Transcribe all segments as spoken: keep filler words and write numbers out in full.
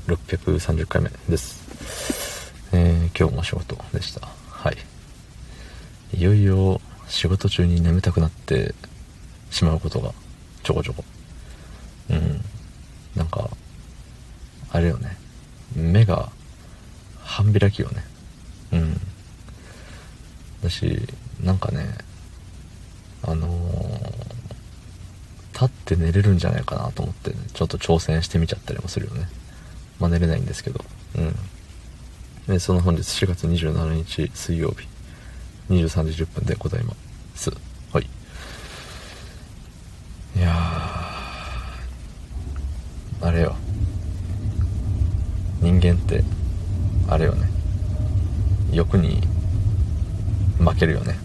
ろっぴゃくさんじゅっかいめです。えー、今日も仕事でした。はい。いよいよ仕事中に眠たくなってしまうことがちょこちょこ。うん。なんか、あれよね。目が半開きよね。うん。だし、なんかね、あのー、立って寝れるんじゃないかなと思って、ね、ちょっと挑戦してみちゃったりもするよね。まあ寝れないんですけど。うん。で、その本日しがつにじゅうしちにち水曜日にじゅうさんじじゅっぷんでございます。はい。いやー、あれよ。人間ってあれよね。欲に負けるよね。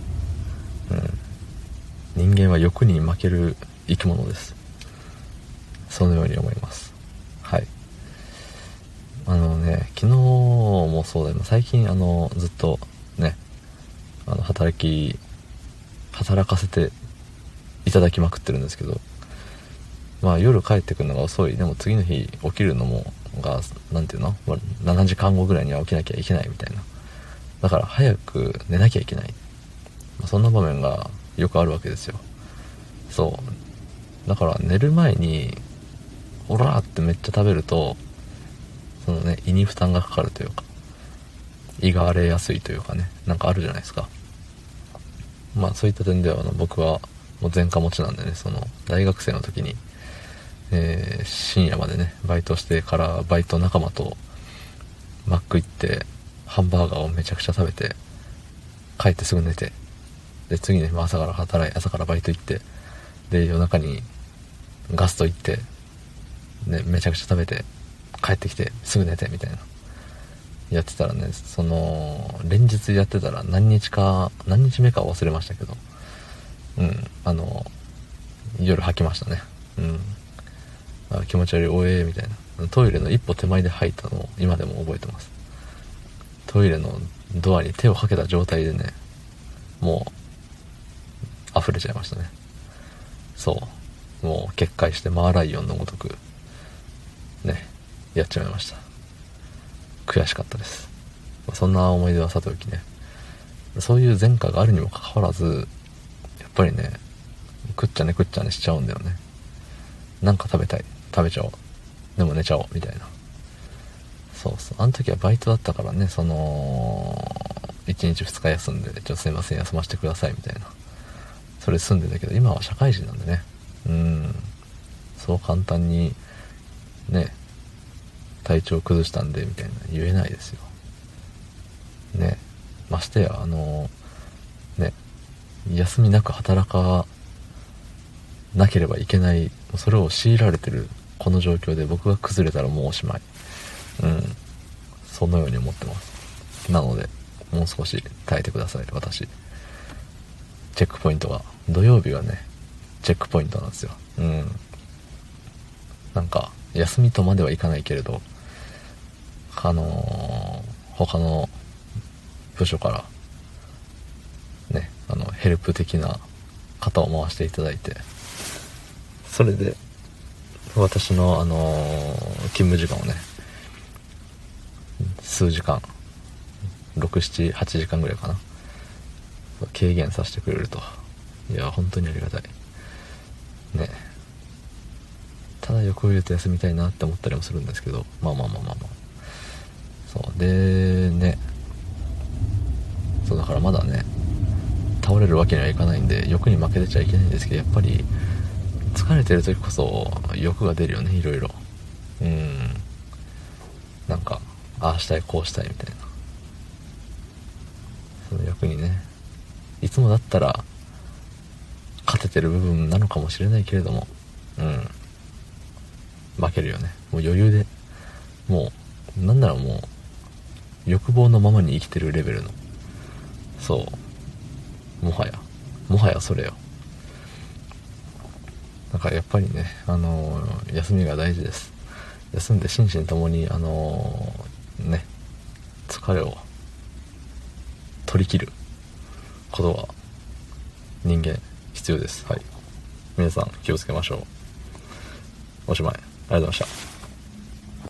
うん。人間は欲に負ける生き物です。そのように思います。はい。あのね、昨日もそうだよ。最近あのずっとね、あの働き働かせていただきまくってるんですけど、まあ夜帰ってくるのが遅い。でも次の日起きるのもがなんていうの、まあ、ななじかんごぐらいには起きなきゃいけないみたいな。だから早く寝なきゃいけない。まあ、そんな場面がよくあるわけですよ。そうだから寝る前にオラーってめっちゃ食べると、そのね、胃に負担がかかるというか、胃が荒れやすいというかね、なんかあるじゃないですか。まあそういった点ではあの僕はもう前科持ちなんでね、その大学生の時に、えー、深夜までねバイトしてからバイト仲間とマック行ってハンバーガーをめちゃくちゃ食べて帰ってすぐ寝て、で次の日も朝から働い朝からバイト行って、で夜中にガスト行ってねめちゃくちゃ食べて帰ってきてすぐ寝てみたいなやってたらね、その連日やってたら何日か何日目か忘れましたけど、うんあの夜吐きましたね。うんあ気持ち悪いおえーみたいな、トイレの一歩手前で吐いたのを今でも覚えてます。トイレのドアに手をかけた状態でね、もう溢れちゃいましたね。そうもう決壊してマーライオンのごとくねやっちまいました。悔しかったです。そんな思い出はさておきね、そういう前科があるにもかかわらずやっぱりね食っちゃね食っちゃねしちゃうんだよね。なんか食べたい、食べちゃおう、でも寝ちゃおうみたいな。そうそうあの時はバイトだったからね、そのいちにちふつか休んで、ちょっとすいません休ませてくださいみたいな、それ済んでたけど、今は社会人なんでね、うんそう簡単にね体調崩したんでみたいな言えないですよね。ましてやあのね休みなく働かなければいけない、それを強いられてるこの状況で僕が崩れたらもうおしまい。うんそのように思ってます。なのでもう少し耐えてください。私チェックポイントが土曜日はねチェックポイントなんですよ。うんなんか休みとまではいかないけれど、あのー、他の部署からねあのヘルプ的な肩を回していただいて、それで私のあのー、勤務時間をね数時間ろく、なな、はちじかんぐらいかな軽減させてくれると。いや本当にありがたいね。ただ欲を入れて休みたいなって思ったりもするんですけど、まあまあまあまあまあそうでね、そうだからまだね倒れるわけにはいかないんで欲に負けてちゃいけないんですけど、やっぱり疲れてる時こそ欲が出るよね、いろいろ。うんなんかああしたいこうしたいみたいな、その欲にねいつもだったら勝ててる部分なのかもしれないけれども、うん負けるよね。もう余裕で、もうなんならもう欲望のままに生きてるレベルの、そうもはやもはやそれよ。だからやっぱりねあのー、休みが大事です。休んで心身ともにあのー、ね疲れを取り切ることは人間必要です。はい皆さん気をつけましょう。おしまい。ありがとうございました。